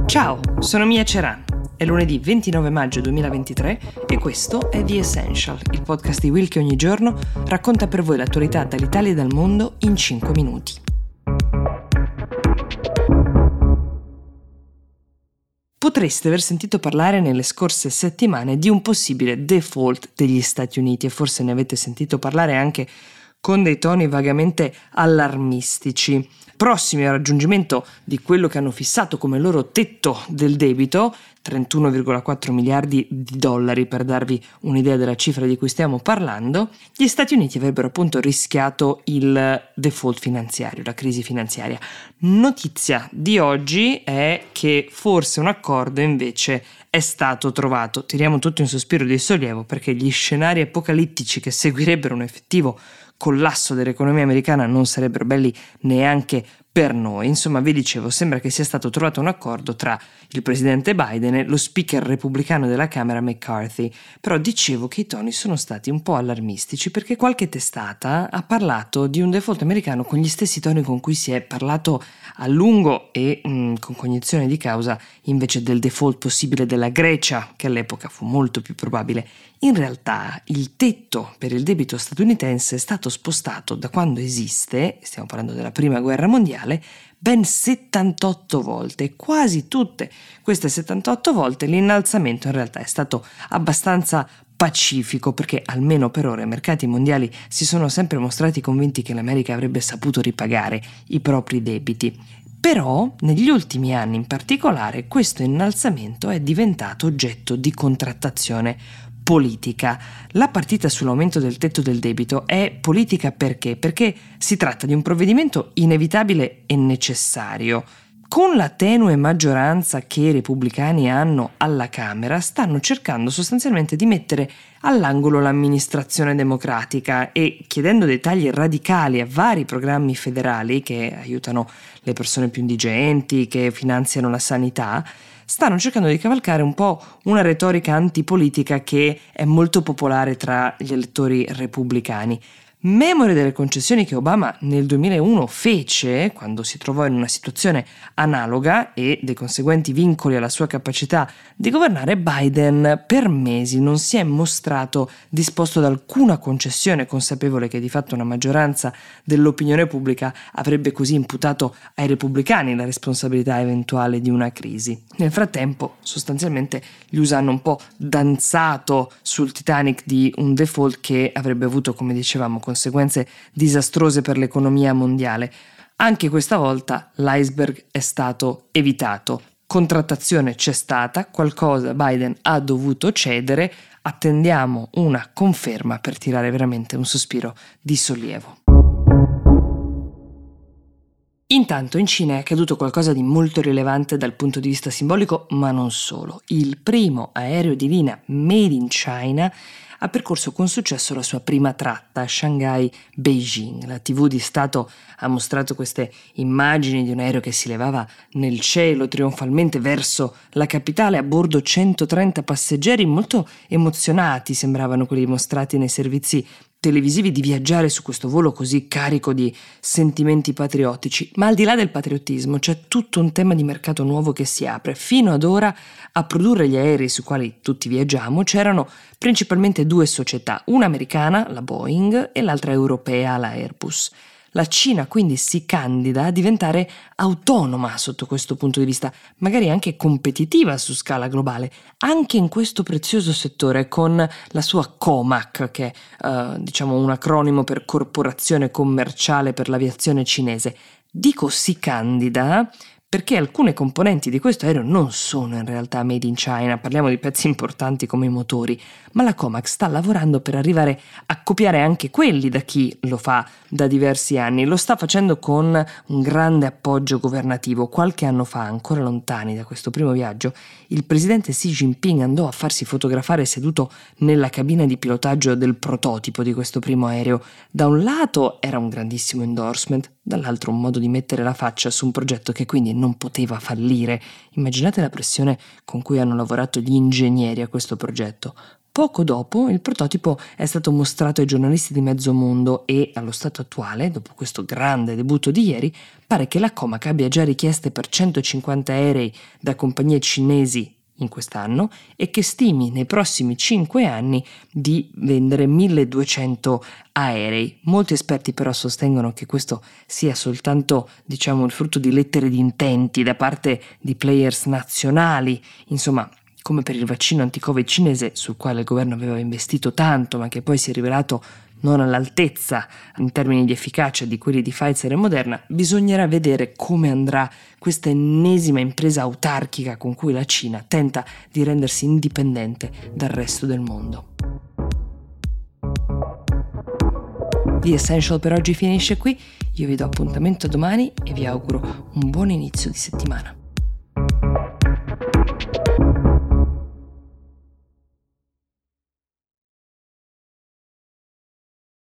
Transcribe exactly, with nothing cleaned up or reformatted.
Ciao, sono Mia Ceran. È lunedì ventinove maggio duemilaventitré e questo è The Essential, il podcast di Will che ogni giorno racconta per voi l'attualità dall'Italia e dal mondo in cinque minuti. Potreste aver sentito parlare nelle scorse settimane di un possibile default degli Stati Uniti e forse ne avete sentito parlare anche con dei toni vagamente allarmistici, prossimi al raggiungimento di quello che hanno fissato come loro tetto del debito, trentuno virgola quattro miliardi di dollari per darvi un'idea della cifra di cui stiamo parlando. Gli Stati Uniti avrebbero appunto rischiato il default finanziario, la crisi finanziaria. Notizia di oggi è che forse un accordo invece è stato trovato. Tiriamo tutti un sospiro di sollievo perché gli scenari apocalittici che seguirebbero un effettivo collasso dell'economia americana non sarebbero belli neanche per noi. Insomma, vi dicevo, sembra che sia stato trovato un accordo tra il presidente Biden e lo speaker repubblicano della Camera McCarthy, però dicevo che i toni sono stati un po' allarmistici perché qualche testata ha parlato di un default americano con gli stessi toni con cui si è parlato a lungo e mh, con cognizione di causa invece del default possibile della Grecia, che all'epoca fu molto più probabile. In realtà il tetto per il debito statunitense è stato spostato da quando esiste, stiamo parlando della prima guerra mondiale, ben settantotto volte, e quasi tutte queste settantotto volte l'innalzamento in realtà è stato abbastanza pacifico perché almeno per ora i mercati mondiali si sono sempre mostrati convinti che l'America avrebbe saputo ripagare i propri debiti. Però negli ultimi anni in particolare questo innalzamento è diventato oggetto di contrattazione politica. La partita sull'aumento del tetto del debito è politica perché? Perché si tratta di un provvedimento inevitabile e necessario. Con la tenue maggioranza che i repubblicani hanno alla Camera, stanno cercando sostanzialmente di mettere all'angolo l'amministrazione democratica e chiedendo dei tagli radicali a vari programmi federali che aiutano le persone più indigenti, che finanziano la sanità, stanno cercando di cavalcare un po' una retorica antipolitica che è molto popolare tra gli elettori repubblicani. Memore delle concessioni che Obama nel duemilauno fece, quando si trovò in una situazione analoga, e dei conseguenti vincoli alla sua capacità di governare, Biden per mesi non si è mostrato disposto ad alcuna concessione, consapevole che di fatto una maggioranza dell'opinione pubblica avrebbe così imputato ai repubblicani la responsabilità eventuale di una crisi. Nel frattempo, sostanzialmente, gli U S A hanno un po' danzato sul Titanic di un default che avrebbe avuto, come dicevamo, conseguenze disastrose per l'economia mondiale. Anche questa volta l'iceberg è stato evitato. Contrattazione c'è stata, qualcosa Biden ha dovuto cedere, attendiamo una conferma per tirare veramente un sospiro di sollievo. Intanto in Cina è accaduto qualcosa di molto rilevante dal punto di vista simbolico, ma non solo. Il primo aereo di linea made in China ha percorso con successo la sua prima tratta, Shanghai-Beijing. La tivù di Stato ha mostrato queste immagini di un aereo che si levava nel cielo trionfalmente verso la capitale, a bordo centotrenta passeggeri molto emozionati, sembravano quelli mostrati nei servizi televisivi, di viaggiare su questo volo così carico di sentimenti patriottici. Ma al di là del patriottismo c'è tutto un tema di mercato nuovo che si apre. Fino ad ora a produrre gli aerei sui quali tutti viaggiamo c'erano principalmente due società, una americana, la Boeing, e l'altra europea, la Airbus. La Cina quindi si candida a diventare autonoma sotto questo punto di vista, magari anche competitiva su scala globale, anche in questo prezioso settore, con la sua COMAC, che è uh, diciamo un acronimo per Corporazione Commerciale per l'Aviazione Cinese. Dico si candida perché alcune componenti di questo aereo non sono in realtà made in China, parliamo di pezzi importanti come i motori, ma la Comac sta lavorando per arrivare a copiare anche quelli da chi lo fa da diversi anni. Lo sta facendo con un grande appoggio governativo. Qualche anno fa, ancora lontani da questo primo viaggio, il presidente Xi Jinping andò a farsi fotografare seduto nella cabina di pilotaggio del prototipo di questo primo aereo. Da un lato era un grandissimo endorsement, dall'altro un modo di mettere la faccia su un progetto che quindi non poteva fallire. Immaginate la pressione con cui hanno lavorato gli ingegneri a questo progetto. Poco dopo il prototipo è stato mostrato ai giornalisti di mezzo mondo e, allo stato attuale, dopo questo grande debutto di ieri, pare che la Comac abbia già richieste per centocinquanta aerei da compagnie cinesi in quest'anno e che stimi nei prossimi cinque anni di vendere milleduecento aerei. Molti esperti però sostengono che questo sia soltanto, diciamo, il frutto di lettere di intenti da parte di players nazionali, insomma, come per il vaccino anti-Covid cinese, sul quale il governo aveva investito tanto, ma che poi si è rivelato non all'altezza in termini di efficacia di quelli di Pfizer e Moderna. Bisognerà vedere come andrà questa ennesima impresa autarchica con cui la Cina tenta di rendersi indipendente dal resto del mondo. The Essential per oggi finisce qui, io vi do appuntamento domani e vi auguro un buon inizio di settimana.